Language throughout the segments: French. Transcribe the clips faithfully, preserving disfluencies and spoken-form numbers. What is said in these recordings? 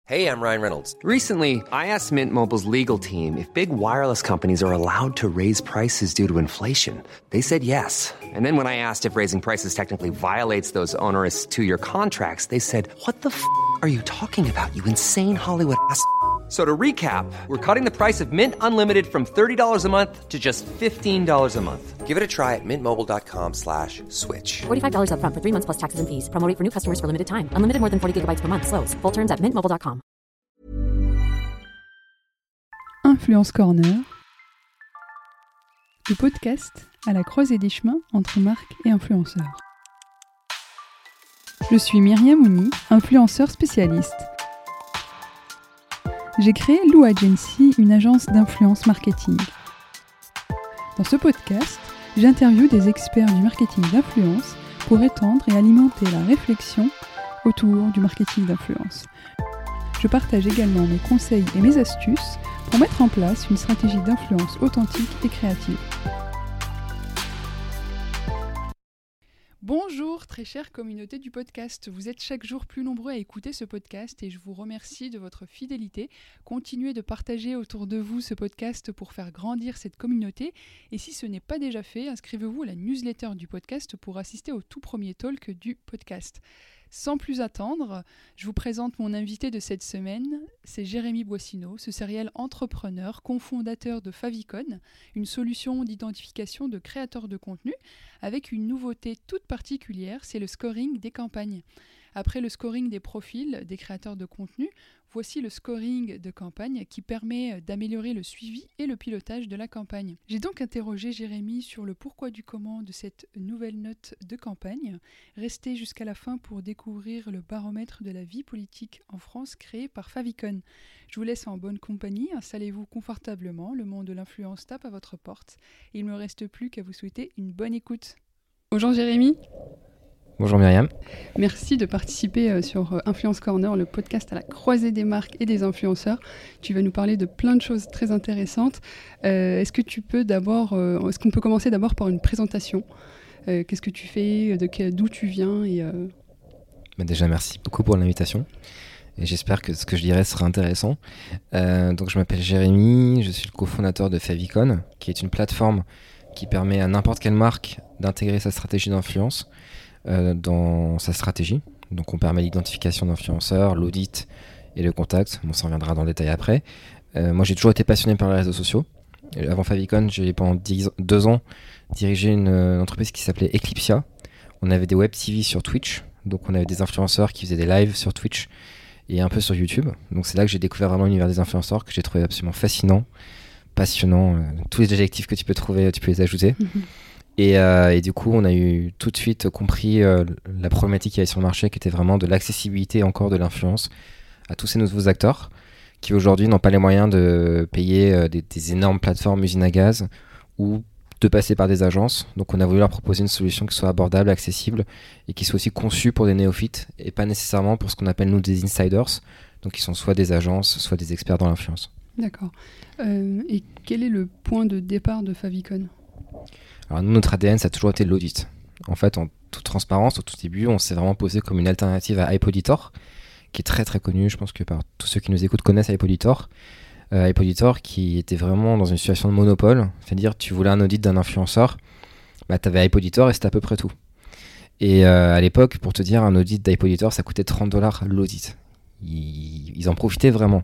Hey, I'm Ryan Reynolds. Recently, I asked Mint Mobile's legal team if big wireless companies are allowed to raise prices due to inflation. They said yes. And then when I asked if raising prices technically violates those onerous two-year contracts, they said, "What the f*** are you talking about, you insane Hollywood ass?" So to recap, we're cutting the price of Mint Unlimited from thirty dollars a month to just fifteen dollars a month. Give it a try at mintmobile.com slash switch. forty-five dollars up front for three months plus taxes and fees. Promo rate for new customers for limited time. Unlimited more than forty gigabytes per month. Slows full terms at mint mobile dot com. Influence Corner, le podcast à la croisée des chemins entre marques et influenceurs. Je suis Myriam Ouni, influenceur spécialiste. J'ai créé Lou Agency, une agence d'influence marketing. Dans ce podcast, j'interviewe des experts du marketing d'influence pour étendre et alimenter la réflexion autour du marketing d'influence. Je partage également mes conseils et mes astuces pour mettre en place une stratégie d'influence authentique et créative. Bonjour très chère communauté du podcast, vous êtes chaque jour plus nombreux à écouter ce podcast et je vous remercie de votre fidélité. Continuez de partager autour de vous ce podcast pour faire grandir cette communauté et si ce n'est pas déjà fait, inscrivez-vous à la newsletter du podcast pour assister au tout premier talk du podcast. Sans plus attendre, je vous présente mon invité de cette semaine, c'est Jérémy Boissineau, ce serial entrepreneur, cofondateur de Favicon, une solution d'identification de créateurs de contenu, avec une nouveauté toute particulière, c'est le scoring des campagnes. Après le scoring des profils des créateurs de contenu, voici le scoring de campagne qui permet d'améliorer le suivi et le pilotage de la campagne. J'ai donc interrogé Jérémy sur le pourquoi du comment de cette nouvelle note de campagne. Restez jusqu'à la fin pour découvrir le baromètre de la vie politique en France créé par Favicon. Je vous laisse en bonne compagnie, installez-vous confortablement, le monde de l'influence tape à votre porte. Il ne me reste plus qu'à vous souhaiter une bonne écoute. Bonjour Jérémy. Bonjour Myriam. Merci de participer sur Influence Corner, le podcast à la croisée des marques et des influenceurs. Tu vas nous parler de plein de choses très intéressantes. Euh, est-ce que tu peux d'abord, euh, est-ce qu'on peut commencer d'abord par une présentation ? euh, Qu'est-ce que tu fais, de quel, d'où tu viens et euh... bah Déjà, merci beaucoup pour l'invitation. Et j'espère que ce que je dirai sera intéressant. Euh, donc, je m'appelle Jérémy, je suis le cofondateur de Favicon, qui est une plateforme qui permet à n'importe quelle marque d'intégrer sa stratégie d'influence Euh, dans sa stratégie. Donc on permet l'identification d'influenceurs, l'audit et le contact. Bon, ça reviendra dans le détail après. Euh, moi j'ai toujours été passionné par les réseaux sociaux. Et avant Favicon, j'ai pendant dix, deux ans dirigé une, une entreprise qui s'appelait Eclipsia. On avait des web T V sur Twitch. Donc on avait des influenceurs qui faisaient des lives sur Twitch et un peu sur YouTube. Donc c'est là que j'ai découvert vraiment l'univers des influenceurs que j'ai trouvé absolument fascinant, passionnant. Euh, tous les adjectifs que tu peux trouver, tu peux les ajouter. Mm-hmm. Et, euh, et du coup, on a eu tout de suite compris euh, la problématique qu'il y avait sur le marché, qui était vraiment de l'accessibilité encore de l'influence à tous ces nouveaux acteurs qui aujourd'hui n'ont pas les moyens de payer euh, des, des énormes plateformes usines à gaz ou de passer par des agences. Donc on a voulu leur proposer une solution qui soit abordable, accessible et qui soit aussi conçue pour des néophytes et pas nécessairement pour ce qu'on appelle nous des insiders, donc qui sont soit des agences, soit des experts dans l'influence. D'accord. Euh, et quel est le point de départ de Favicon ? Alors nous, notre A D N, ça a toujours été l'audit. En fait, en toute transparence, au tout début, on s'est vraiment posé comme une alternative à iPoditor, qui est très très connu. Je pense que par tous ceux qui nous écoutent connaissent iPoditor. Euh, iPoditor qui était vraiment dans une situation de monopole, c'est-à-dire tu voulais un audit d'un influenceur, bah t'avais iPoditor et c'était à peu près tout. Et euh, à l'époque, pour te dire, un audit d'iPoditor, ça coûtait trente dollars l'audit. Ils, ils en profitaient vraiment.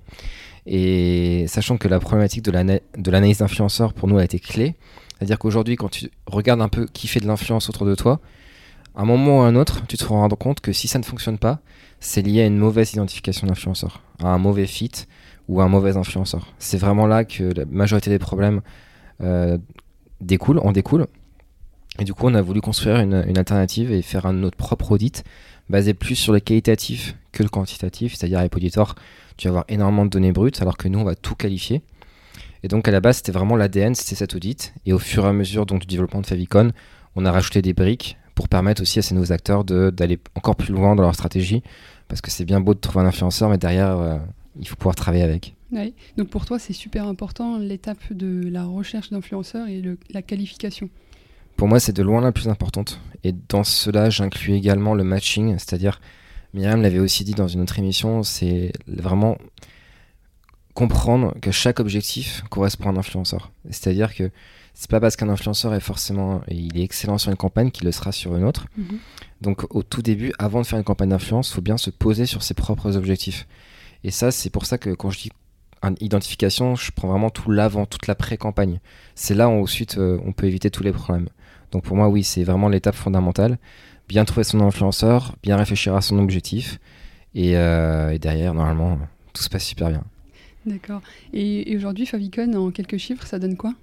Et sachant que la problématique de, l'ana- de l'analyse d'influenceurs pour nous a été clé, c'est-à-dire qu'aujourd'hui, quand tu regardes un peu qui fait de l'influence autour de toi, à un moment ou à un autre, tu te rends compte que si ça ne fonctionne pas, c'est lié à une mauvaise identification d'influenceur, à un mauvais fit ou à un mauvais influenceur. C'est vraiment là que la majorité des problèmes euh, découlent, en découlent. Et du coup, on a voulu construire une, une alternative et faire un, notre propre audit basé plus sur le qualitatif que le quantitatif. C'est-à-dire, à iPoditor, tu vas avoir énormément de données brutes, alors que nous, on va tout qualifier. Et donc à la base, c'était vraiment l'A D N, c'était cet audit. Et au fur et à mesure donc, du développement de Favicon, on a rajouté des briques pour permettre aussi à ces nouveaux acteurs de, d'aller encore plus loin dans leur stratégie. Parce que c'est bien beau de trouver un influenceur, mais derrière, euh, il faut pouvoir travailler avec. Oui. Donc pour toi, c'est super important l'étape de la recherche d'influenceurs et le, la qualification. Pour moi, c'est de loin la plus importante. Et dans cela, j'inclus également le matching, c'est-à-dire Myriam l'avait aussi dit dans une autre émission, c'est vraiment comprendre que chaque objectif correspond à un influenceur. C'est-à-dire que c'est pas parce qu'un influenceur est forcément, il est excellent sur une campagne qu'il le sera sur une autre. Mmh. Donc au tout début, avant de faire une campagne d'influence, il faut bien se poser sur ses propres objectifs. Et ça, c'est pour ça que quand je dis identification, je prends vraiment tout l'avant, toute la pré-campagne. C'est là où ensuite euh, on peut éviter tous les problèmes. Donc pour moi, oui, c'est vraiment l'étape fondamentale. Bien trouver son influenceur, bien réfléchir à son objectif. Et, euh, et derrière, normalement, tout se passe super bien. D'accord. Et, et aujourd'hui, Favicon, en quelques chiffres, ça donne quoi ?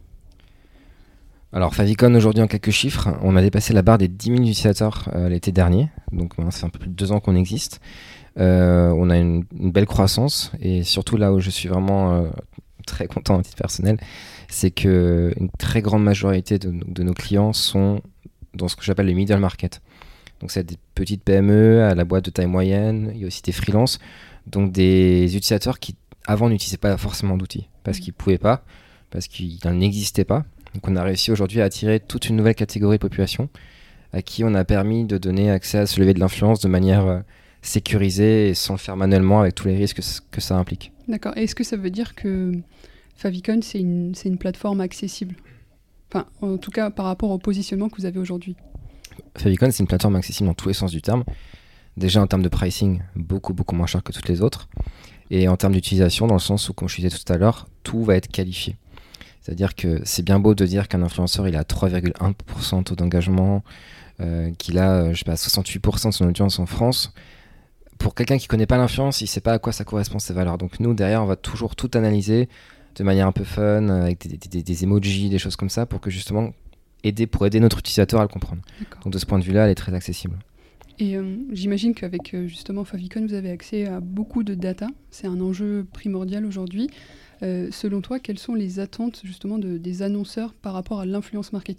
Alors Favicon, aujourd'hui, en quelques chiffres, on a dépassé la barre des dix mille utilisateurs euh, l'été dernier. Donc ça fait un peu plus de deux ans qu'on existe. Euh, on a une, une belle croissance. Et surtout, là où je suis vraiment euh, très content à titre personnel, c'est qu'une très grande majorité de, de nos clients sont dans ce que j'appelle le middle market. Donc c'est des petites P M E à la boîte de taille moyenne. Il y a aussi des freelances. Donc des utilisateurs qui, avant, n'utilisaient pas forcément d'outils. Parce qu'ils ne pouvaient pas, parce qu'ils n'existaient pas. Donc on a réussi aujourd'hui à attirer toute une nouvelle catégorie de population à qui on a permis de donner accès à ce levier de l'influence de manière euh, sécurisée et sans le faire manuellement avec tous les risques que, que ça implique. D'accord. Et est-ce que ça veut dire que Favicon, c'est une, c'est une plateforme accessible ? Enfin, en tout cas, par rapport au positionnement que vous avez aujourd'hui. Favicon, c'est une plateforme accessible dans tous les sens du terme. Déjà en termes de pricing, beaucoup, beaucoup moins cher que toutes les autres. Et en termes d'utilisation, dans le sens où, comme je disais tout à l'heure, tout va être qualifié. C'est-à-dire que c'est bien beau de dire qu'un influenceur il a trois virgule un pour cent de taux d'engagement, euh, qu'il a je sais pas, soixante-huit pour cent de son audience en France. Pour quelqu'un qui ne connaît pas l'influence, il ne sait pas à quoi ça correspond ces valeurs. Donc nous, derrière, on va toujours tout analyser de manière un peu fun, avec des, des, des emojis, des choses comme ça, pour que justement aider, pour aider notre utilisateur à le comprendre. D'accord. Donc de ce point de vue-là, elle est très accessible. Et euh, j'imagine qu'avec euh, justement Favicon, vous avez accès à beaucoup de data. C'est un enjeu primordial aujourd'hui. Euh, selon toi, quelles sont les attentes justement de, des annonceurs par rapport à l'influence marketing ?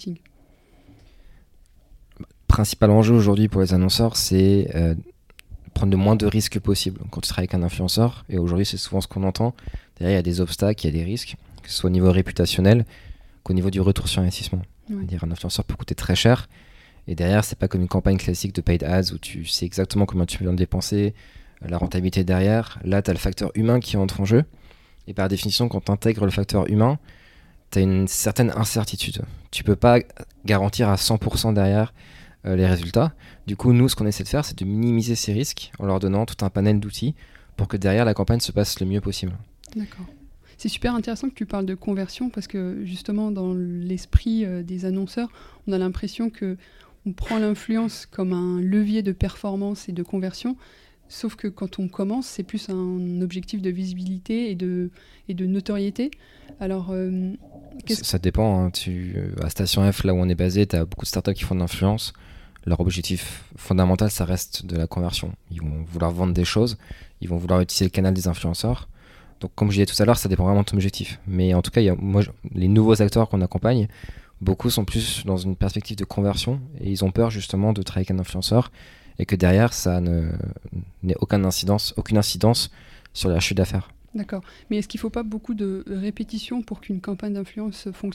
Le principal enjeu aujourd'hui pour les annonceurs, c'est euh, prendre le moins de risques possible quand tu travailles avec un influenceur. Et aujourd'hui, c'est souvent ce qu'on entend. Derrière, il y a des obstacles, il y a des risques, que ce soit au niveau réputationnel qu'au niveau du retour sur investissement. Oui. C'est-à-dire un influenceur peut coûter très cher. Et derrière, c'est pas comme une campagne classique de paid ads où tu sais exactement combien tu viens de dépenser, la rentabilité derrière. Là, tu as le facteur humain qui entre en jeu. Et par définition, quand tu intègres le facteur humain, tu as une certaine incertitude. Tu peux pas garantir à cent pour cent derrière euh, les résultats. Du coup, nous, ce qu'on essaie de faire, c'est de minimiser ces risques en leur donnant tout un panel d'outils pour que derrière, la campagne se passe le mieux possible. D'accord. C'est super intéressant que tu parles de conversion parce que justement, dans l'esprit euh, des annonceurs, on a l'impression qu'on prend l'influence comme un levier de performance et de conversion. Sauf que quand on commence, c'est plus un objectif de visibilité et de, et de notoriété. Alors, euh, qu'est-ce... Ça, ça dépend. Hein. Tu, à Station F, là où on est basé, tu as beaucoup de startups qui font de l'influence. Leur objectif fondamental, ça reste de la conversion. Ils vont vouloir vendre des choses. Ils vont vouloir utiliser le canal des influenceurs. Donc, comme je disais tout à l'heure, ça dépend vraiment de ton objectif. Mais en tout cas, il y a, moi, je, les nouveaux acteurs qu'on accompagne, beaucoup sont plus dans une perspective de conversion. Et ils ont peur justement de travailler avec un influenceur. Et que derrière, ça ne, n'ait aucune incidence, aucune incidence sur la chute d'affaires. D'accord. Mais est-ce qu'il ne faut pas beaucoup de répétitions pour qu'une campagne d'influence fonctionne ?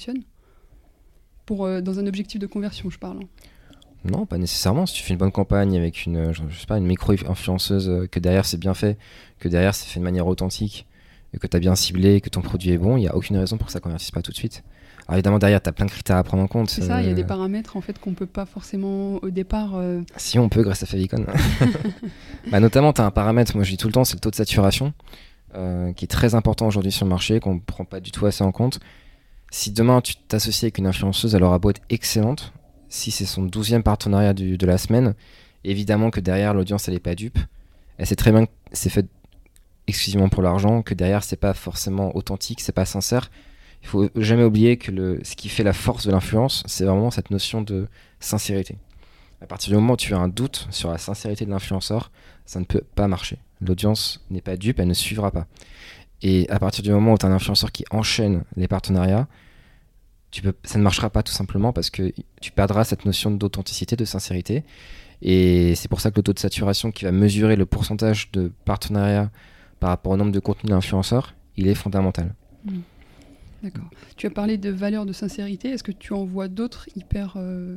Pour, euh, dans un objectif de conversion, je parle. Non, pas nécessairement. Si tu fais une bonne campagne avec une, je sais pas, une micro-influenceuse, que derrière c'est bien fait, que derrière c'est fait de manière authentique, et que tu as bien ciblé, que ton produit est bon, il n'y a aucune raison pour que ça ne convertisse pas tout de suite. Alors évidemment, derrière, tu as plein de critères à prendre en compte. C'est ça, il euh... y a des paramètres en fait, qu'on ne peut pas forcément au départ... Euh... Si, on peut grâce à Favicon. Bah, notamment, tu as un paramètre, moi je dis tout le temps, c'est le taux de saturation, euh, qui est très important aujourd'hui sur le marché, qu'on ne prend pas du tout assez en compte. Si demain, tu t'associes avec une influenceuse, elle aura beau être excellente, si c'est son douzième partenariat du, de la semaine, évidemment que derrière, l'audience, elle n'est pas dupe. Elle sait très bien que c'est fait exclusivement pour l'argent, que derrière, c'est pas forcément authentique, c'est pas sincère. Il faut jamais oublier que le, ce qui fait la force de l'influence, c'est vraiment cette notion de sincérité. À partir du moment où tu as un doute sur la sincérité de l'influenceur, ça ne peut pas marcher. L'audience n'est pas dupe, elle ne suivra pas. Et à partir du moment où tu as un influenceur qui enchaîne les partenariats, tu peux, ça ne marchera pas tout simplement parce que tu perdras cette notion d'authenticité, de sincérité. Et c'est pour ça que le taux de saturation qui va mesurer le pourcentage de partenariats par rapport au nombre de contenus d'influenceurs, il est fondamental. Mmh. D'accord. Tu as parlé de valeur de sincérité. Est-ce que tu en vois d'autres hyper, euh,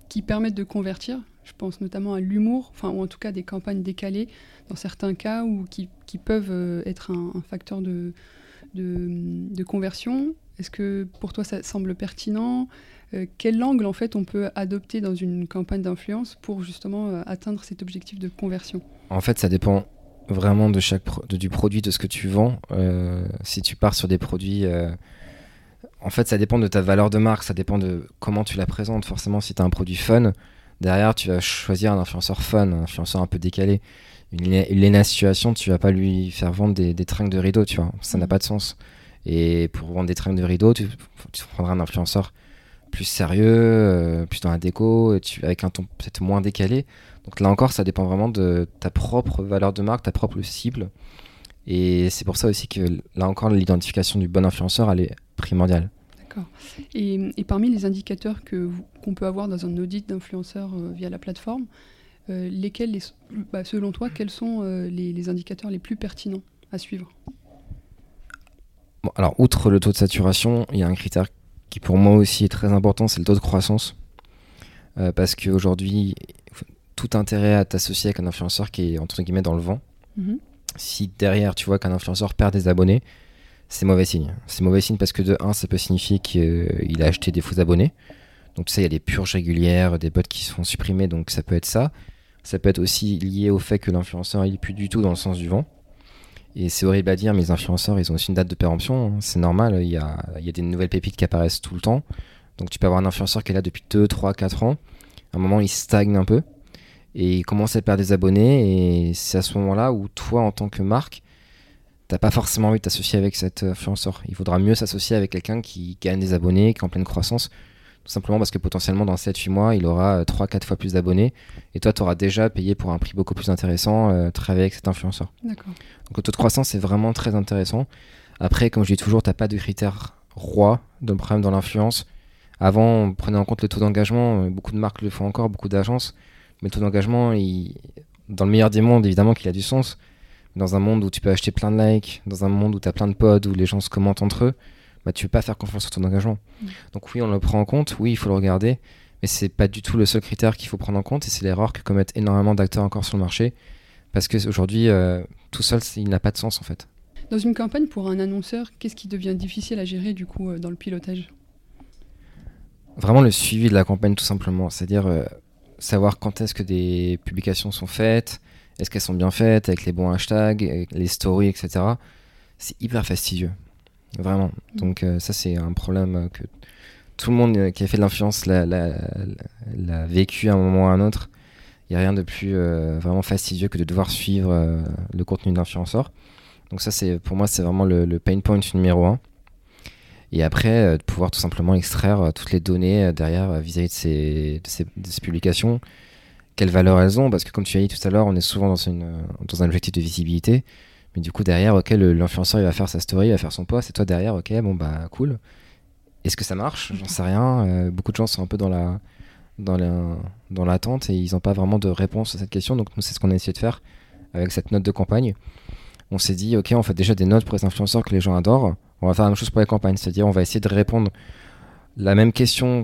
qui permettent de convertir. Je pense notamment à l'humour, enfin, ou en tout cas des campagnes décalées dans certains cas, ou qui, qui peuvent euh, être un, un facteur de, de, de conversion. Est-ce que pour toi ça semble pertinent ? euh, Quel angle en fait on peut adopter dans une campagne d'influence pour justement euh, atteindre cet objectif de conversion ? En fait, ça dépend vraiment de chaque pro- de, du produit, de ce que tu vends. Euh, si tu pars sur des produits... Euh, en fait, ça dépend de ta valeur de marque, ça dépend de comment tu la présentes. Forcément, si tu as un produit fun, derrière, tu vas choisir un influenceur fun, un influenceur un peu décalé. Une, une Léna Situation, tu vas pas lui faire vendre des, des trinques de rideau, tu vois. Ça n'a pas de sens. Et pour vendre des trinques de rideau, tu, tu prendras un influenceur plus sérieux, euh, plus dans la déco, et tu, avec un ton peut-être moins décalé. Donc là encore, ça dépend vraiment de ta propre valeur de marque, ta propre cible. Et c'est pour ça aussi que là encore, l'identification du bon influenceur, elle est primordiale. D'accord. Et, et parmi les indicateurs que vous, qu'on peut avoir dans un audit d'influenceurs euh, via la plateforme, euh, lesquels, les, bah, selon toi, quels sont euh, les, les indicateurs les plus pertinents à suivre ? Bon, alors, outre le taux de saturation, il y a un critère qui pour moi aussi est très important, c'est le taux de croissance. Euh, parce qu'aujourd'hui, tout intérêt à t'associer avec un influenceur qui est entre guillemets dans le vent. Mmh. Si derrière tu vois qu'un influenceur perd des abonnés, c'est mauvais signe. C'est mauvais signe parce que de un, ça peut signifier qu'il a acheté des faux abonnés. Donc tu sais, il y a des purges régulières, des bots qui se font supprimer, donc ça peut être ça. Ça peut être aussi lié au fait que l'influenceur il est plus du tout dans le sens du vent. Et c'est horrible à dire, mais les influenceurs, ils ont aussi une date de péremption. Hein. C'est normal, il y a, il y a des nouvelles pépites qui apparaissent tout le temps. Donc tu peux avoir un influenceur qui est là depuis deux, trois, quatre ans. À un moment, il stagne un peu. Et il commence à perdre des abonnés. Et c'est à ce moment-là où toi, en tant que marque, t'as pas forcément envie de t'associer avec cet influenceur. Il faudra mieux s'associer avec quelqu'un qui gagne des abonnés, qui est en pleine croissance. Tout simplement parce que potentiellement, dans sept huit mois, il aura trois quatre fois plus d'abonnés. Et toi, tu auras déjà payé pour un prix beaucoup plus intéressant euh, travailler avec cet influenceur. D'accord. Donc le taux de croissance est vraiment très intéressant. Après, comme je dis toujours, tu n'as pas de critères rois de problème dans l'influence. Avant, on prenait en compte le taux d'engagement. Beaucoup de marques le font encore, beaucoup d'agences. Mais le taux d'engagement, il... dans le meilleur des mondes, évidemment qu'il a du sens. Dans un monde où tu peux acheter plein de likes, dans un monde où tu as plein de pods, où les gens se commentent entre eux, bah, tu ne peux pas faire confiance sur ton engagement. Mmh. Donc oui, on le prend en compte, oui, il faut le regarder, mais ce n'est pas du tout le seul critère qu'il faut prendre en compte, et c'est l'erreur que commettent énormément d'acteurs encore sur le marché, parce qu'aujourd'hui, euh, tout seul, il n'a pas de sens en fait. Dans une campagne pour un annonceur, qu'est-ce qui devient difficile à gérer du coup euh, dans le pilotage ? Vraiment le suivi de la campagne tout simplement, c'est-à-dire euh, savoir quand est-ce que des publications sont faites, est-ce qu'elles sont bien faites, avec les bons hashtags, avec les stories, et cetera. C'est hyper fastidieux, vraiment. Donc euh, ça, c'est un problème que tout le monde euh, qui a fait de l'influence l'a, l'a, l'a vécu à un moment ou à un autre. Il n'y a rien de plus euh, vraiment fastidieux que de devoir suivre euh, le contenu de l'influenceur. Donc ça, c'est, pour moi, c'est vraiment le, le pain point numéro un. Et après, euh, de pouvoir tout simplement extraire euh, toutes les données euh, derrière euh, vis-à-vis de ces, de, ces, de ces publications. Quelle valeur elles ont, parce que comme tu as dit tout à l'heure, on est souvent dans, une, dans un objectif de visibilité, mais du coup derrière, ok, le, l'influenceur il va faire sa story, il va faire son post, et toi derrière, ok, bon bah cool. Est-ce que ça marche ? J'en sais rien. Euh, beaucoup de gens sont un peu dans la, dans la, dans l'attente et ils n'ont pas vraiment de réponse à cette question. Donc nous, c'est ce qu'on a essayé de faire avec cette note de campagne. On s'est dit, ok, on fait déjà des notes pour les influenceurs que les gens adorent. On va faire la même chose pour les campagnes, c'est-à-dire on va essayer de répondre la même question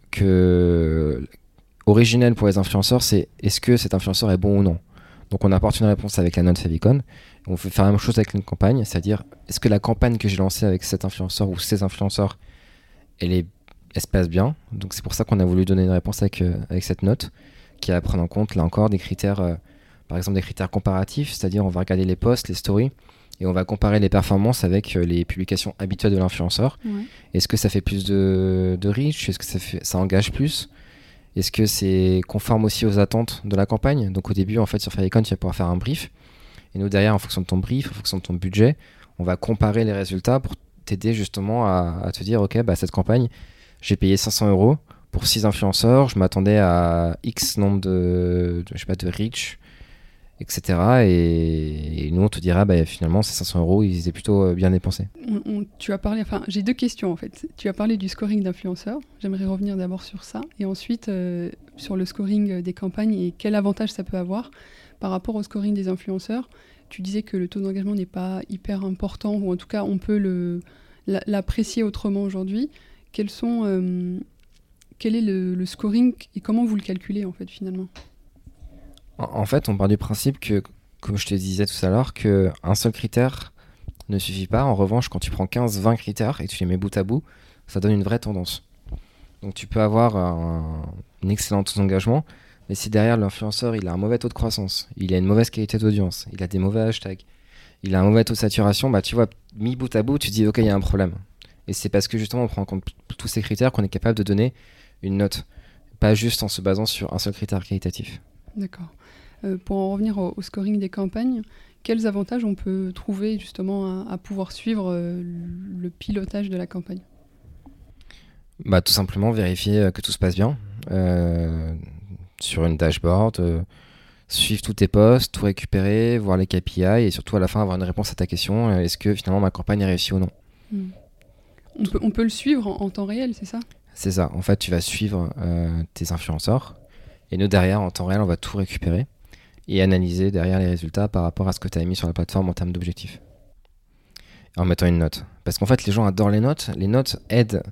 que originelle pour les influenceurs, c'est est-ce que cet influenceur est bon ou non. Donc on apporte une réponse avec la note favicon. On fait faire la même chose avec une campagne, c'est-à-dire est-ce que la campagne que j'ai lancée avec cet influenceur ou ces influenceurs, elle, est, elle se passe bien. Donc c'est pour ça qu'on a voulu donner une réponse avec, euh, avec cette note, qui va prendre en compte là encore des critères, euh, par exemple des critères comparatifs, c'est-à-dire on va regarder les posts, les stories, et on va comparer les performances avec euh, les publications habituelles de l'influenceur. Ouais. Est-ce que ça fait plus de, de reach ? Est-ce que ça, fait, ça engage plus ? Est-ce que c'est conforme aussi aux attentes de la campagne ? Donc au début, en fait, sur Favicon, tu vas pouvoir faire un brief. Et nous, derrière, en fonction de ton brief, en fonction de ton budget, on va comparer les résultats pour t'aider justement à, à te dire, ok, bah, cette campagne, j'ai payé cinq cents euros pour six influenceurs, je m'attendais à X nombre de, de, je sais pas, de reach, et cetera. Et, et nous, on te dira, bah, finalement, ces cinq cents euros, ils étaient plutôt bien dépensés. On, on, tu as parlé, enfin, j'ai deux questions en fait. Tu as parlé du scoring d'influenceurs. J'aimerais revenir d'abord sur ça, et ensuite euh, sur le scoring des campagnes et quel avantage ça peut avoir par rapport au scoring des influenceurs. Tu disais que le taux d'engagement n'est pas hyper important, ou en tout cas, on peut le, l'apprécier autrement aujourd'hui. Quels sont, euh, quel est le, le scoring et comment vous le calculez en fait finalement? En, en fait, on part du principe que, comme je te disais tout à l'heure, qu'un seul critère ne suffit pas. En revanche, quand tu prends quinze vingt critères et que tu les mets bout à bout, ça donne une vraie tendance. Donc tu peux avoir un, un excellent taux d'engagement, mais si derrière l'influenceur il a un mauvais taux de croissance, il a une mauvaise qualité d'audience, il a des mauvais hashtags, il a un mauvais taux de saturation, bah tu vois, mis bout à bout, tu te dis ok, il y a un problème. Et c'est parce que justement on prend en compte tous ces critères qu'on est capable de donner une note, pas juste en se basant sur un seul critère qualitatif. D'accord. Euh, pour en revenir au, au scoring des campagnes, quels avantages on peut trouver justement à, à pouvoir suivre euh, le pilotage de la campagne? Bah, tout simplement vérifier que tout se passe bien euh, sur une dashboard, euh, suivre tous tes posts, tout récupérer, voir les K P I et surtout à la fin avoir une réponse à ta question, euh, est-ce que finalement ma campagne est réussie ou non. Hmm. On, peut, on peut le suivre en, en temps réel, c'est ça? C'est ça, en fait tu vas suivre euh, tes influenceurs et nous derrière en temps réel on va tout récupérer et analyser derrière les résultats par rapport à ce que tu as mis sur la plateforme en termes d'objectifs. En mettant une note. Parce qu'en fait les gens adorent les notes, les notes aident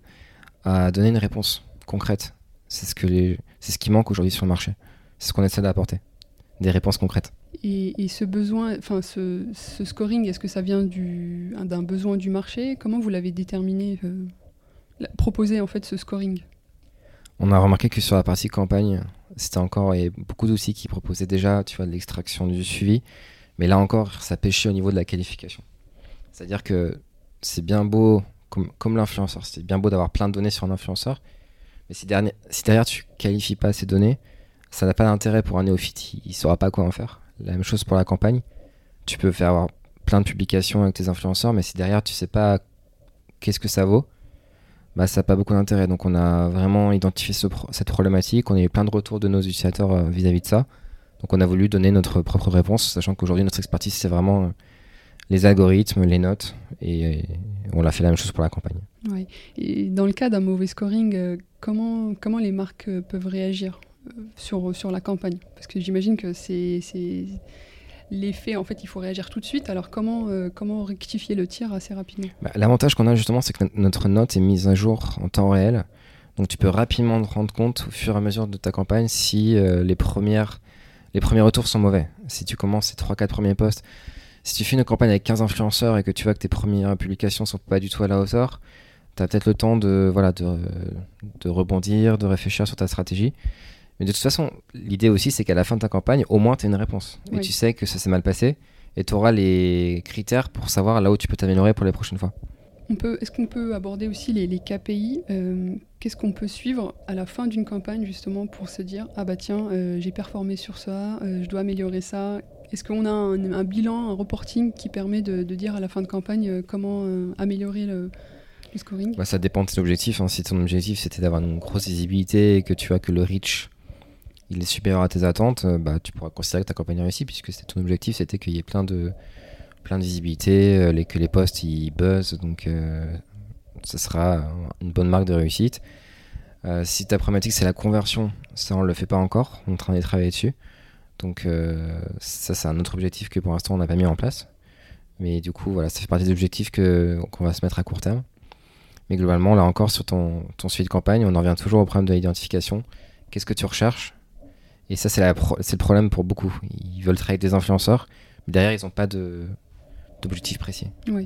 à donner une réponse concrète. C'est ce, que les... c'est ce qui manque aujourd'hui sur le marché. C'est ce qu'on essaie d'apporter. Des réponses concrètes. Et, et ce besoin, enfin ce, ce scoring, est-ce que ça vient du, d'un besoin du marché? Comment vous l'avez déterminé, euh, proposé en fait ce scoring? On a remarqué que sur la partie campagne, c'était encore il y avait beaucoup d'outils qui proposaient déjà, tu vois, de l'extraction du suivi, mais là encore, ça pêchait au niveau de la qualification. C'est-à-dire que c'est bien beau, comme, comme l'influenceur, c'est bien beau d'avoir plein de données sur un influenceur, mais si derrière, si derrière tu qualifies pas ces données, ça n'a pas d'intérêt pour un néophyte, il ne saura pas quoi en faire. La même chose pour la campagne, tu peux faire avoir plein de publications avec tes influenceurs, mais si derrière tu sais pas qu'est-ce que ça vaut, bah ça n'a pas beaucoup d'intérêt. Donc on a vraiment identifié ce pro- cette problématique, on a eu plein de retours de nos utilisateurs euh, vis-à-vis de ça, donc on a voulu donner notre propre réponse, sachant qu'aujourd'hui notre expertise c'est vraiment euh, les algorithmes, les notes, et, et on l'a fait la même chose pour la campagne. Ouais. Et dans le cas d'un mauvais scoring, euh, comment, comment les marques euh, peuvent réagir euh, sur, sur la campagne? Parce que j'imagine que c'est, c'est l'effet, en fait, il faut réagir tout de suite. Alors comment, euh, comment rectifier le tir assez rapidement? Bah, l'avantage qu'on a justement, c'est que notre note est mise à jour en temps réel. Donc tu peux rapidement te rendre compte au fur et à mesure de ta campagne si euh, les, premières, les premiers retours sont mauvais. Si tu commences ces trois quatre premiers posts, si tu fais une campagne avec quinze influenceurs et que tu vois que tes premières publications sont pas du tout à la hauteur, tu as peut-être le temps de, voilà, de, de rebondir, de réfléchir sur ta stratégie. Mais de toute façon, l'idée aussi, c'est qu'à la fin de ta campagne, au moins tu as une réponse. Oui. Et tu sais que ça s'est mal passé et tu auras les critères pour savoir là où tu peux t'améliorer pour les prochaines fois. On peut, est-ce qu'on peut aborder aussi les, les K P I euh, Qu'est-ce qu'on peut suivre à la fin d'une campagne justement pour se dire « Ah bah tiens, euh, j'ai performé sur ça, euh, je dois améliorer ça ». Est-ce qu'on a un, un bilan, un reporting qui permet de, de dire à la fin de campagne euh, comment euh, améliorer le, le scoring? Bah, ça dépend de tes objectifs. Hein. Si ton objectif c'était d'avoir une grosse visibilité et que tu vois que le reach il est supérieur à tes attentes, bah, tu pourras considérer que ta campagne est réussie puisque c'était ton objectif, c'était qu'il y ait plein de, plein de visibilité, euh, les, que les posts ils buzzent, donc euh, ça sera une bonne marque de réussite. Euh, si ta problématique c'est la conversion, ça on le fait pas encore, on est en train de travailler dessus. Donc euh, ça c'est un autre objectif que pour l'instant on n'a pas mis en place. Mais du coup voilà, ça fait partie des objectifs que, qu'on va se mettre à court terme. Mais globalement là encore sur ton, ton suivi de campagne, on en revient toujours au problème de l'identification. Qu'est-ce que tu recherches? Et ça c'est, la pro- c'est le problème pour beaucoup. Ils veulent travailler avec des influenceurs, mais derrière ils n'ont pas de, d'objectif précis. Oui.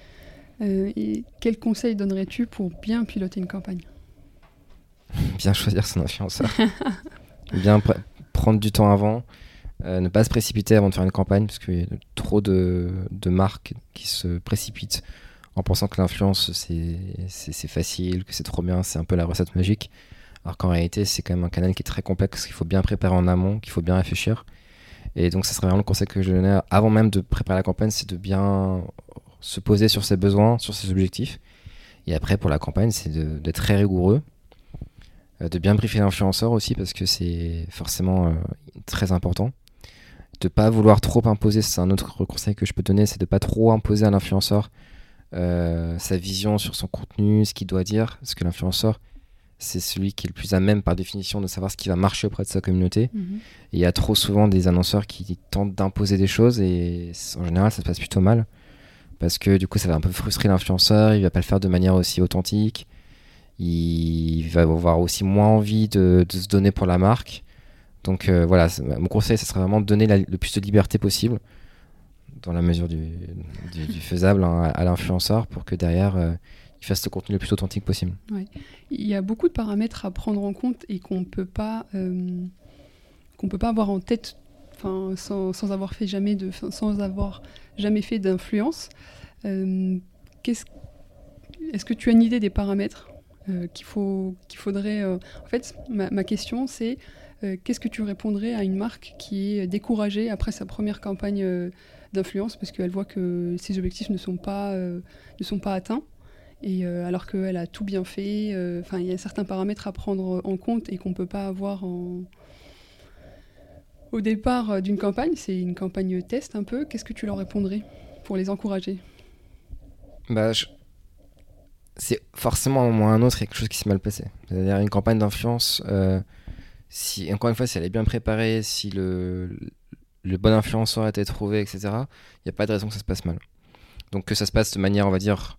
Euh, et quel conseil donnerais-tu pour bien piloter une campagne? Bien choisir son influenceur. Bien pr- prendre du temps avant. Euh, ne pas se précipiter avant de faire une campagne parce qu'il y a trop de, de marques qui se précipitent en pensant que l'influence c'est, c'est, c'est facile, que c'est trop bien, c'est un peu la recette magique. Alors qu'en réalité c'est quand même un canal qui est très complexe, qu'il faut bien préparer en amont, qu'il faut bien réfléchir. Et donc ça serait vraiment le conseil que je donnais avant même de préparer la campagne, c'est de bien se poser sur ses besoins, sur ses objectifs. Et après pour la campagne c'est de, d'être très rigoureux, de bien briefer l'influenceur aussi parce que c'est forcément euh, très important. De pas vouloir trop imposer, c'est un autre conseil que je peux donner, c'est de pas trop imposer à l'influenceur euh, sa vision sur son contenu, ce qu'il doit dire, parce que l'influenceur c'est celui qui est le plus à même par définition de savoir ce qui va marcher auprès de sa communauté. Mmh. Et il y a trop souvent des annonceurs qui tentent d'imposer des choses et en général ça se passe plutôt mal parce que du coup ça va un peu frustrer l'influenceur, il va pas le faire de manière aussi authentique, il va avoir aussi moins envie de, de se donner pour la marque. Donc euh, voilà, mon conseil, ça serait vraiment de donner la, le plus de liberté possible, dans la mesure du, du, du faisable, hein, à l'influenceur, pour que derrière, euh, il fasse le contenu le plus authentique possible. Ouais. Il y a beaucoup de paramètres à prendre en compte et qu'on peut pas, euh, qu'on peut pas avoir en tête, enfin, sans, sans avoir fait jamais de, sans avoir jamais fait d'influence. Euh, qu'est-ce, est-ce que tu as une idée des paramètres euh, qu'il faut, qu'il faudrait euh... En fait, ma, ma question, c'est euh, qu'est-ce que tu répondrais à une marque qui est découragée après sa première campagne euh, d'influence parce qu'elle voit que ses objectifs ne sont pas, euh, ne sont pas atteints, et euh, alors qu'elle a tout bien fait. Enfin, il y a certains paramètres à prendre en compte et qu'on ne peut pas avoir en... au départ d'une campagne. C'est une campagne test un peu. Qu'est-ce que tu leur répondrais pour les encourager? Bah, je... c'est forcément à un moment ou à un autre, il y a quelque chose qui s'est mal passé. C'est-à-dire une campagne d'influence, euh, si, encore une fois, si elle est bien préparée, si le, le bon influenceur a été trouvé, et cetera, il n'y a pas de raison que ça se passe mal. Donc que ça se passe de manière, on va dire,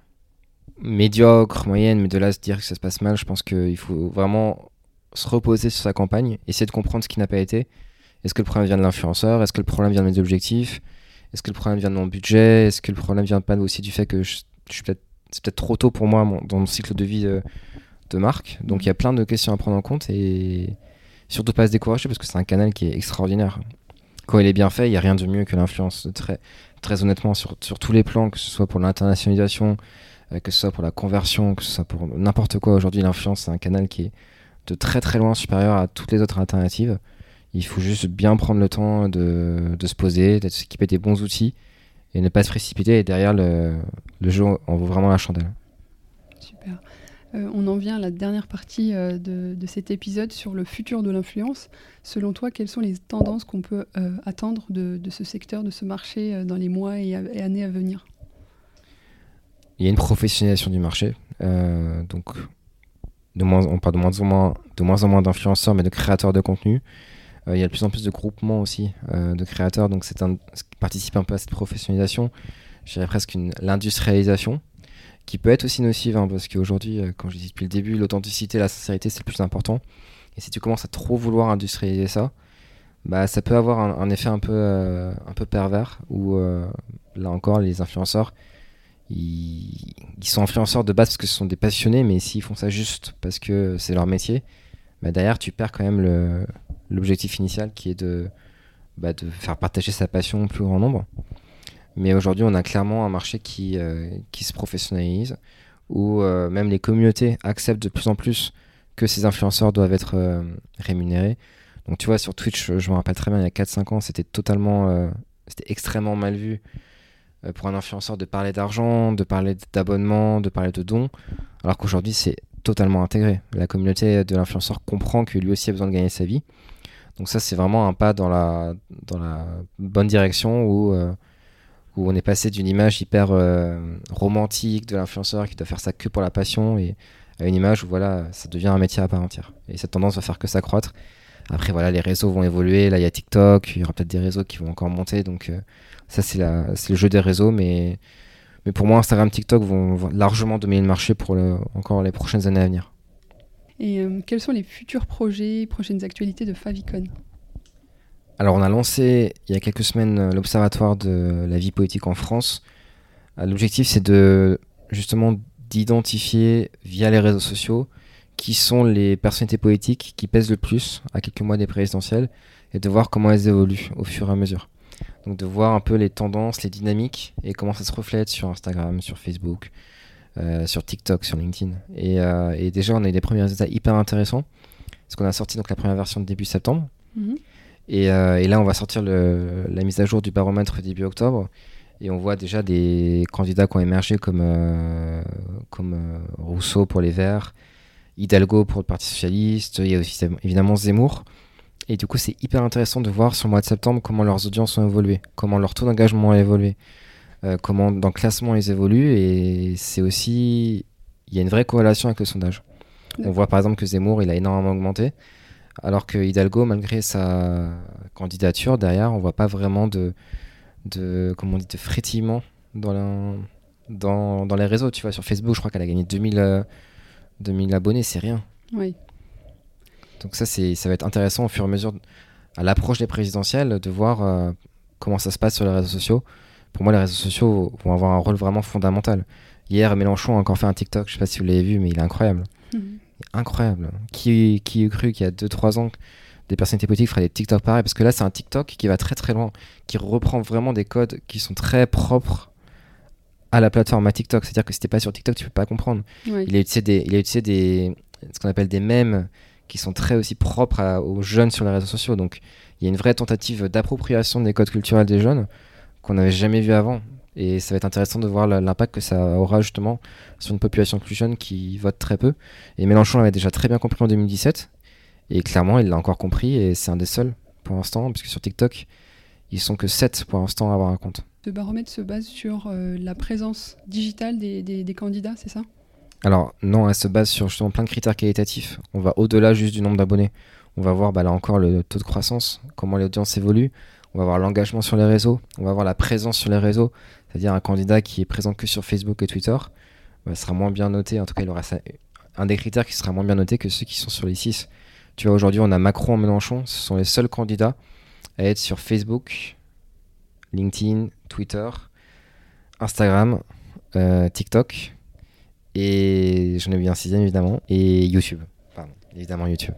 médiocre, moyenne, mais de là à se dire que ça se passe mal, je pense qu'il faut vraiment se reposer sur sa campagne, essayer de comprendre ce qui n'a pas été. Est-ce que le problème vient de l'influenceur? Est-ce que le problème vient de mes objectifs? Est-ce que le problème vient de mon budget? Est-ce que le problème vient pas aussi du fait que je, je suis peut-être, c'est peut-être trop tôt pour moi mon, dans mon cycle de vie de, de marque? Donc il y a plein de questions à prendre en compte et surtout pas se décourager parce que c'est un canal qui est extraordinaire. Quand il est bien fait, il n'y a rien de mieux que l'influence. Très, très honnêtement, sur, sur tous les plans, que ce soit pour l'internationalisation, euh, que ce soit pour la conversion, que ce soit pour n'importe quoi, aujourd'hui l'influence c'est un canal qui est de très très loin supérieur à toutes les autres alternatives. Il faut juste bien prendre le temps de, de se poser, de s'équiper des bons outils et ne pas se précipiter. Et derrière, le, le jeu en vaut vraiment la chandelle. Super. Euh, on en vient à la dernière partie euh, de, de cet épisode sur le futur de l'influence. Selon toi, quelles sont les tendances qu'on peut euh, attendre de, de ce secteur, de ce marché euh, dans les mois et, et années à venir? Il y a une professionnalisation du marché. Euh, donc, de moins, on parle de moins en moins, de moins en moins d'influenceurs, mais de créateurs de contenu. Euh, il y a de plus en plus de groupements aussi euh, de créateurs, donc c'est un, ce qui participe un peu à cette professionnalisation, je dirais presque une, l'industrialisation, qui peut être aussi nocive, hein, parce qu'aujourd'hui, euh, comme je disais depuis le début, l'authenticité, la sincérité, c'est le plus important. Et si tu commences à trop vouloir industrialiser ça, bah, ça peut avoir un, un effet un peu, euh, un peu pervers, où euh, là encore, les influenceurs, ils, ils sont influenceurs de base parce que ce sont des passionnés, mais s'ils font ça juste parce que c'est leur métier, bah, derrière, tu perds quand même le... l'objectif initial qui est de, bah, de faire partager sa passion au plus grand nombre. Mais aujourd'hui, on a clairement un marché qui, euh, qui se professionnalise, où euh, même les communautés acceptent de plus en plus que ces influenceurs doivent être euh, rémunérés. Donc tu vois, sur Twitch, je me rappelle très bien, il y a quatre cinq ans, c'était totalement, euh, c'était extrêmement mal vu euh, pour un influenceur de parler d'argent, de parler d'abonnement, de parler de dons, alors qu'aujourd'hui, c'est totalement intégré. La communauté de l'influenceur comprend que lui aussi a besoin de gagner sa vie. Donc ça, c'est vraiment un pas dans la, dans la bonne direction où, euh, où on est passé d'une image hyper euh, romantique de l'influenceur qui doit faire ça que pour la passion et à une image où voilà, ça devient un métier à part entière. Et cette tendance va faire que s'accroître. Après, voilà, les réseaux vont évoluer. Là, il y a TikTok, il y aura peut-être des réseaux qui vont encore monter. Donc euh, ça, c'est, la, c'est le jeu des réseaux. Mais, mais pour moi, Instagram, TikTok vont, vont largement dominer le marché pour le, encore les prochaines années à venir. Et euh, quels sont les futurs projets, prochaines actualités de Favicon? Alors on a lancé il y a quelques semaines l'Observatoire de la vie politique en France. L'objectif c'est de justement d'identifier via les réseaux sociaux qui sont les personnalités politiques qui pèsent le plus à quelques mois des présidentielles et de voir comment elles évoluent au fur et à mesure. Donc de voir un peu les tendances, les dynamiques et comment ça se reflète sur Instagram, sur Facebook, Euh, sur TikTok, sur LinkedIn. Et, euh, et déjà, on a eu des premiers résultats hyper intéressants. Parce qu'on a sorti donc la première version début septembre. Mmh. Et, euh, et là, on va sortir le, la mise à jour du baromètre début octobre. Et on voit déjà des candidats qui ont émergé comme, euh, comme euh, Rousseau pour les Verts, Hidalgo pour le Parti Socialiste. Il y a aussi évidemment Zemmour. Et du coup, c'est hyper intéressant de voir sur le mois de septembre comment leurs audiences ont évolué, comment leur taux d'engagement a évolué. Euh, comment dans le classement ils évoluent, et c'est aussi, il y a une vraie corrélation avec le sondage. On voit par exemple que Zemmour il a énormément augmenté, alors que Hidalgo, malgré sa candidature derrière, on voit pas vraiment de, de comment on dit, de frétillement dans, la, dans, dans les réseaux. Tu vois, sur Facebook, je crois qu'elle a gagné deux mille, euh, deux mille abonnés, c'est rien. Oui. Donc ça, c'est, ça va être intéressant au fur et à mesure, à l'approche des présidentielles, de voir euh, comment ça se passe sur les réseaux sociaux. Pour moi, les réseaux sociaux vont avoir un rôle vraiment fondamental. Hier, Mélenchon a encore fait un TikTok, je sais pas si vous l'avez vu, mais il est incroyable. Mmh. Incroyable. Qui, qui eût cru qu'il y a deux trois ans, des personnalités politiques feraient des TikTok pareils? Parce que là, c'est un TikTok qui va très très loin, qui reprend vraiment des codes qui sont très propres à la plateforme, à TikTok. C'est-à-dire que si t'es pas sur TikTok, tu peux pas comprendre. Oui. Il a utilisé des, il a utilisé des, ce qu'on appelle des mèmes qui sont très aussi propres à, aux jeunes sur les réseaux sociaux. Donc, il y a une vraie tentative d'appropriation des codes culturels des jeunes qu'on n'avait jamais vu avant. Et ça va être intéressant de voir l'impact que ça aura justement sur une population plus jeune qui vote très peu. Et Mélenchon l'avait déjà très bien compris en deux mille dix-sept. Et clairement, il l'a encore compris. Et c'est un des seuls pour l'instant, puisque sur TikTok, ils sont que sept pour l'instant à avoir un compte. Le baromètre se base sur euh, la présence digitale des, des, des candidats, c'est ça ? Alors non, elle se base sur justement plein de critères qualitatifs. On va au-delà juste du nombre d'abonnés. On va voir bah, là encore le taux de croissance, comment l'audience évolue. On va voir l'engagement sur les réseaux. On va voir la présence sur les réseaux. C'est-à-dire un candidat qui est présent que sur Facebook et Twitter bah, sera moins bien noté. En tout cas, il aura ça... un des critères qui sera moins bien noté que ceux qui sont sur les six. Tu vois, aujourd'hui, on a Macron et Mélenchon. Ce sont les seuls candidats à être sur Facebook, LinkedIn, Twitter, Instagram, euh, TikTok. Et j'en ai oublié un sixième, évidemment. Et YouTube. Pardon, évidemment YouTube.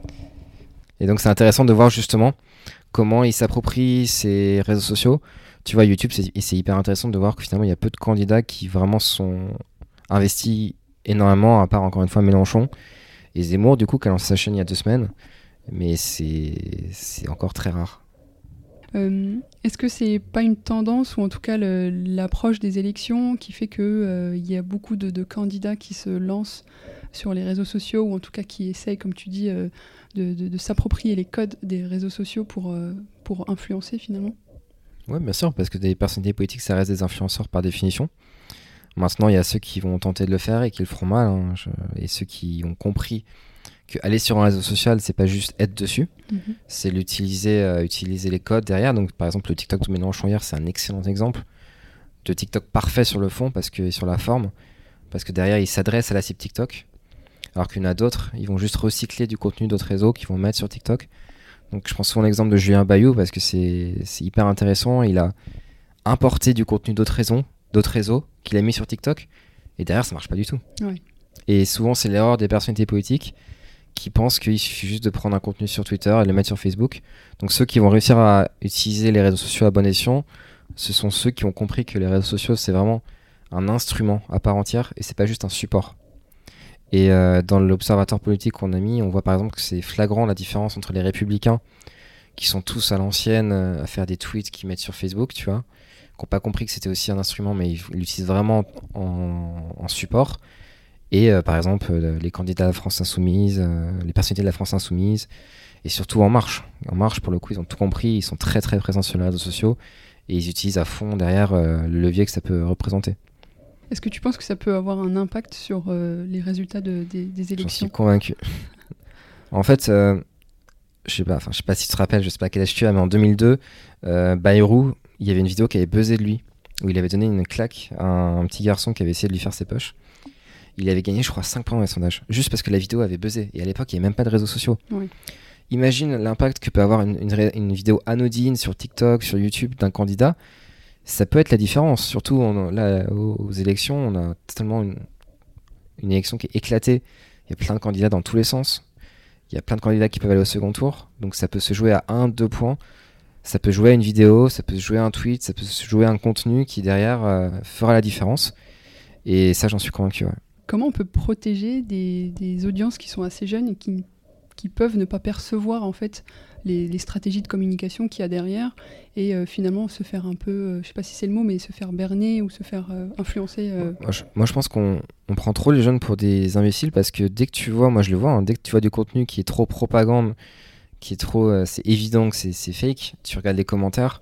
Et donc, c'est intéressant de voir justement comment ils s'approprient ces réseaux sociaux. Tu vois, YouTube, c'est, c'est hyper intéressant de voir que finalement, il y a peu de candidats qui vraiment sont investis énormément, à part encore une fois Mélenchon et Zemmour, du coup, qui a lancé sa chaîne il y a deux semaines. Mais c'est, c'est encore très rare. Euh, est-ce que c'est pas une tendance, ou en tout cas le, l'approche des élections, qui fait qu'il euh, y a beaucoup de, de candidats qui se lancent sur les réseaux sociaux, ou en tout cas qui essayent, comme tu dis, euh, de, de, de s'approprier les codes des réseaux sociaux pour, euh, pour influencer finalement ? Oui, bien sûr, parce que des personnalités politiques, ça reste des influenceurs par définition. Maintenant, il y a ceux qui vont tenter de le faire et qui le feront mal, hein, je... et ceux qui ont compris qu'aller sur un réseau social, c'est pas juste être dessus, mmh. c'est l'utiliser, euh, utiliser les codes derrière. Donc, par exemple, le TikTok de Mélenchon hier, c'est un excellent exemple de TikTok parfait sur le fond, parce que sur la forme, parce que derrière, il s'adresse à la cible TikTok, alors qu'il y en a d'autres, ils vont juste recycler du contenu d'autres réseaux qu'ils vont mettre sur TikTok. Donc je prends souvent l'exemple de Julien Bayou parce que c'est, c'est hyper intéressant. Il a importé du contenu d'autres réseaux, d'autres réseaux qu'il a mis sur TikTok et derrière ça marche pas du tout. Ouais. Et souvent c'est l'erreur des personnalités politiques qui pensent qu'il suffit juste de prendre un contenu sur Twitter et de le mettre sur Facebook. Donc ceux qui vont réussir à utiliser les réseaux sociaux à bon escient, ce sont ceux qui ont compris que les réseaux sociaux c'est vraiment un instrument à part entière et c'est pas juste un support. Et euh, dans l'observateur politique qu'on a mis, on voit par exemple que c'est flagrant la différence entre les républicains qui sont tous à l'ancienne euh, à faire des tweets qu'ils mettent sur Facebook, tu vois, qui n'ont pas compris que c'était aussi un instrument, mais ils, ils l'utilisent vraiment en, en support. Et euh, par exemple, euh, les candidats de la France Insoumise, euh, les personnalités de la France Insoumise, et surtout En Marche. En Marche, pour le coup, ils ont tout compris, ils sont très très présents sur les réseaux sociaux, et ils utilisent à fond derrière euh, le levier que ça peut représenter. Est-ce que tu penses que ça peut avoir un impact sur euh, les résultats de, des, des élections ? J'en suis convaincu. En fait, euh, je sais pas, enfin, je sais pas si tu te rappelles, je sais pas quel âge tu as, mais en deux mille deux, euh, Bayrou, il y avait une vidéo qui avait buzzé de lui, où il avait donné une claque à un, un petit garçon qui avait essayé de lui faire ses poches. Il avait gagné, je crois, cinq points dans les sondages, juste parce que la vidéo avait buzzé. Et à l'époque, il n'y avait même pas de réseaux sociaux. Oui. Imagine l'impact que peut avoir une, une, une vidéo anodine sur TikTok, sur YouTube d'un candidat. Ça peut être la différence, surtout on, là, aux, aux élections, on a tellement une, une élection qui est éclatée. Il y a plein de candidats dans tous les sens. Il y a plein de candidats qui peuvent aller au second tour. Donc ça peut se jouer à un, deux points. Ça peut jouer à une vidéo, ça peut se jouer à un tweet, ça peut se jouer à un contenu qui derrière euh, fera la différence. Et ça, j'en suis convaincu. Ouais. Comment on peut protéger des, des audiences qui sont assez jeunes et qui, qui peuvent ne pas percevoir en fait les, les stratégies de communication qu'il y a derrière et euh, finalement se faire un peu, euh, je sais pas si c'est le mot, mais se faire berner ou se faire euh, influencer euh... moi, je, moi je pense qu'on on prend trop les jeunes pour des imbéciles parce que dès que tu vois, moi je le vois, hein, dès que tu vois du contenu qui est trop propagande, qui est trop, euh, c'est évident que c'est, c'est fake, tu regardes les commentaires,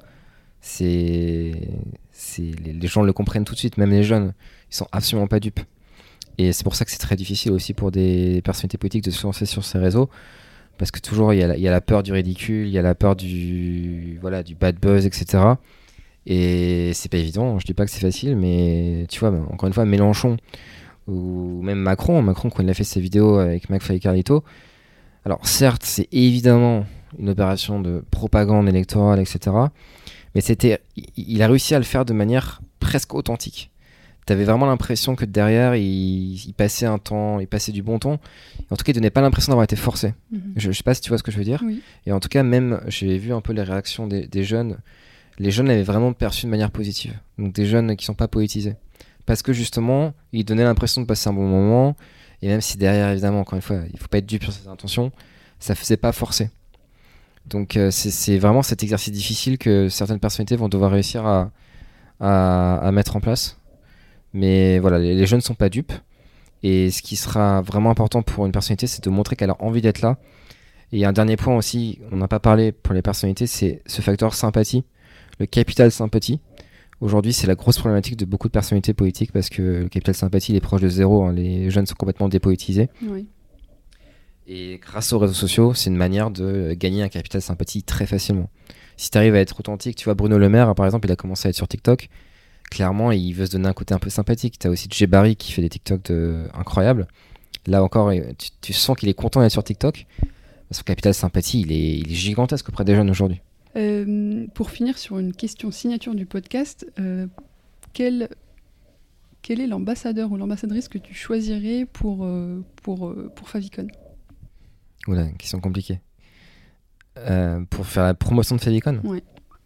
c'est, c'est les, les gens le comprennent tout de suite, même les jeunes, ils sont absolument pas dupes. Et c'est pour ça que c'est très difficile aussi pour des personnalités politiques de se lancer sur ces réseaux. Parce que toujours, il y a la, il y a la peur du ridicule, il y a la peur du, voilà, du bad buzz, et cetera. Et c'est pas évident, je dis pas que c'est facile, mais tu vois, encore une fois, Mélenchon ou même Macron. Macron, quand il a fait ses vidéos avec McFly et Carlito, alors certes, c'est évidemment une opération de propagande électorale, et cetera. Mais c'était, il a réussi à le faire de manière presque authentique. T'avais vraiment l'impression que derrière, il, il passait un temps, il passait du bon temps. En tout cas, il donnait pas l'impression d'avoir été forcé. Mm-hmm. Je, je sais pas si tu vois ce que je veux dire. Oui. Et en tout cas, même, j'ai vu un peu les réactions des, des jeunes. Les jeunes l'avaient vraiment perçu de manière positive. Donc des jeunes qui sont pas politisés. Parce que justement, ils donnaient l'impression de passer un bon moment. Et même si derrière, évidemment, encore une fois, il faut pas être dupe sur ses intentions, ça faisait pas forcer. Donc euh, c'est, c'est vraiment cet exercice difficile que certaines personnalités vont devoir réussir à, à, à mettre en place. Mais voilà, les, les jeunes ne sont pas dupes. Et ce qui sera vraiment important pour une personnalité, c'est de montrer qu'elle a envie d'être là. Et un dernier point aussi, on n'a pas parlé pour les personnalités, c'est ce facteur sympathie, le capital sympathie. Aujourd'hui, c'est la grosse problématique de beaucoup de personnalités politiques parce que le capital sympathie, il est proche de zéro. Hein. Les jeunes sont complètement dépolitisés. Oui. Et grâce aux réseaux sociaux, c'est une manière de gagner un capital sympathie très facilement. Si tu arrives à être authentique, tu vois, Bruno Le Maire, par exemple, il a commencé à être sur TikTok. Clairement, il veut se donner un côté un peu sympathique. Tu as aussi Jay Barry qui fait des TikTok de... incroyables. Là encore, tu, tu sens qu'il est content d'être sur TikTok. Son capital sympathie, il est, il est gigantesque auprès des jeunes aujourd'hui. Euh, pour finir sur une question signature du podcast, euh, quel, quel est l'ambassadeur ou l'ambassadrice que tu choisirais pour, euh, pour, euh, pour Favicon ? Oula, une question compliquée. Euh, pour faire la promotion de Favicon ? Ouais.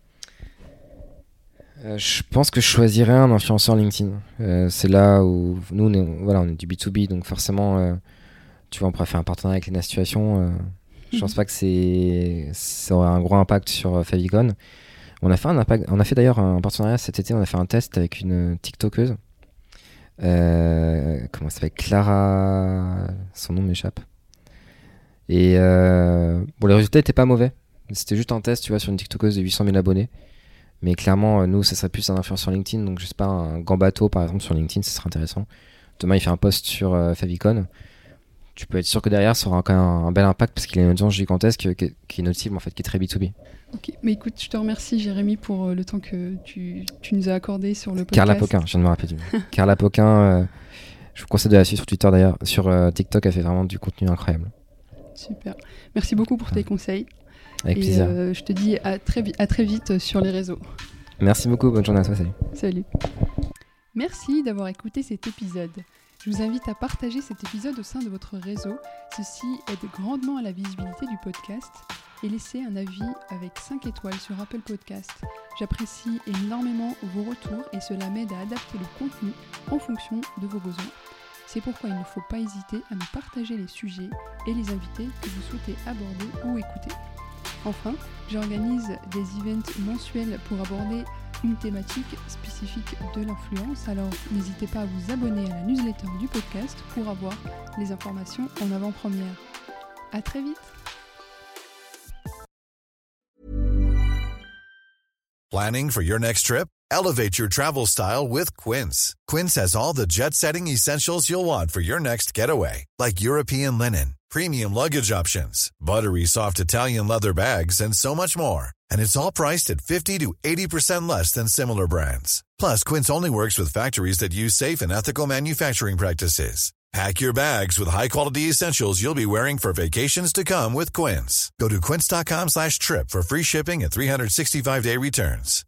Euh, je pense que je choisirais un influenceur LinkedIn. Euh, c'est là où nous, on est, voilà, on est du B deux B, donc forcément, euh, tu vois, on pourrait faire un partenariat avec les Situation. Euh, je pense pas que c'est, ça aurait un gros impact sur euh, Favicon. On a fait un impact, on a fait d'ailleurs un partenariat cet été. On a fait un test avec une TikTokeuse. Euh, comment elle s'appelle ? Clara. Son nom m'échappe. Et euh, bon, les résultats étaient pas mauvais. C'était juste un test, tu vois, sur une TikTokeuse de huit cent mille abonnés. Mais clairement, nous, ça serait plus un influenceur LinkedIn. Donc, je sais pas, un Gambato, par exemple, sur LinkedIn, ça serait intéressant. Demain, il fait un post sur euh, Favicon. Tu peux être sûr que derrière, ça aura quand même un, un bel impact parce qu'il a une audience gigantesque qui est, qui est notre cible, en fait, qui est très B deux B. Ok, mais écoute, je te remercie, Jérémy, pour euh, le temps que tu, tu nous as accordé sur le podcast. Carla Poquin, je viens de me rappeler du nom. Carla Poquin, euh, je vous conseille de la suivre sur Twitter d'ailleurs. Sur euh, TikTok, elle fait vraiment du contenu incroyable. Super. Merci beaucoup pour tes conseils. Avec et plaisir. Euh, je te dis à très, vi- à très vite sur les réseaux. Merci beaucoup, bonne journée à toi, salut. Salut. Merci d'avoir écouté cet épisode. Je vous invite à partager cet épisode au sein de votre réseau. Ceci aide grandement à la visibilité du podcast. Et laissez un avis avec cinq étoiles sur Apple Podcast. J'apprécie énormément vos retours et cela m'aide à adapter le contenu en fonction de vos besoins. C'est pourquoi il ne faut pas hésiter à me partager les sujets et les invités que vous souhaitez aborder ou écouter. Enfin, j'organise des events mensuels pour aborder une thématique spécifique de l'influence, alors n'hésitez pas à vous abonner à la newsletter du podcast pour avoir les informations en avant-première. À très vite! Planning for your next trip? Elevate your travel style with Quince. Quince has all the jet-setting essentials you'll want for your next getaway, like European linen, premium luggage options, buttery soft Italian leather bags, and so much more. And it's all priced at fifty to eighty percent less than similar brands. Plus, Quince only works with factories that use safe and ethical manufacturing practices. Pack your bags with high-quality essentials you'll be wearing for vacations to come with Quince. Go to quince.com slash trip for free shipping and three sixty-five day returns.